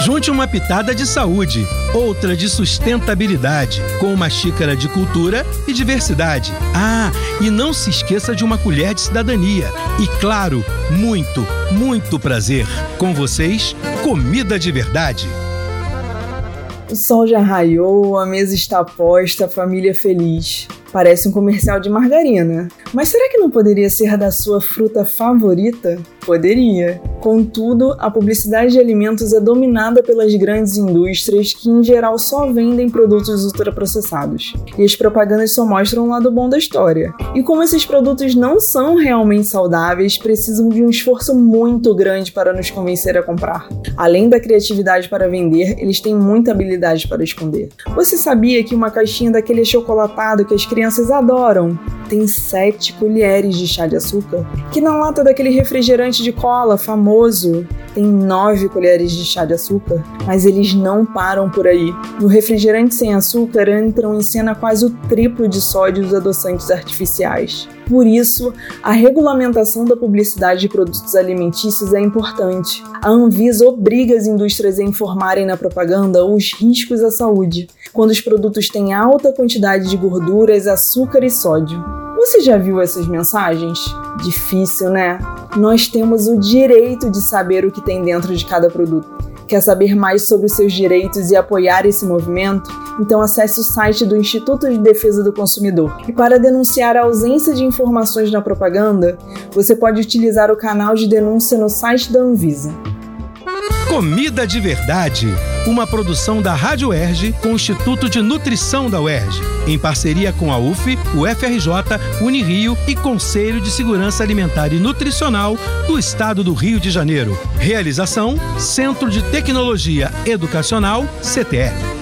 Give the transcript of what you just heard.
Junte uma pitada de saúde, outra de sustentabilidade, com uma xícara de cultura e diversidade. Ah, e não se esqueça de uma colher de cidadania. E claro, muito, muito prazer. Com vocês, comida de verdade. O sol já raiou, a mesa está posta, a família feliz. Parece um comercial de margarina. Mas será que não poderia ser da sua fruta favorita? Poderia. Contudo, a publicidade de alimentos é dominada pelas grandes indústrias que, em geral, só vendem produtos ultraprocessados. E as propagandas só mostram o lado bom da história. E como esses produtos não são realmente saudáveis, precisam de um esforço muito grande para nos convencer a comprar. Além da criatividade para vender, eles têm muita habilidade para esconder. Você sabia que uma caixinha daquele achocolatado que as crianças adoram tem 7 colheres de chá de açúcar? Que na lata daquele refrigerante de cola famoso tem 9 colheres de chá de açúcar? Mas eles não param por aí. No refrigerante sem açúcar entram em cena quase o triplo de sódio dos adoçantes artificiais. Por isso, a regulamentação da publicidade de produtos alimentícios é importante. A Anvisa obriga as indústrias a informarem na propaganda os riscos à saúde, quando os produtos têm alta quantidade de gorduras, açúcar e sódio. Você já viu essas mensagens? Difícil, né? Nós temos o direito de saber o que tem dentro de cada produto. Quer saber mais sobre os seus direitos e apoiar esse movimento? Então acesse o site do Instituto de Defesa do Consumidor. E para denunciar a ausência de informações na propaganda, você pode utilizar o canal de denúncia no site da Anvisa. Comida de Verdade, uma produção da Rádio UERJ com o Instituto de Nutrição da UERJ, em parceria com a UF, o FRJ, Unirio e Conselho de Segurança Alimentar e Nutricional do Estado do Rio de Janeiro. Realização: Centro de Tecnologia Educacional, CTE.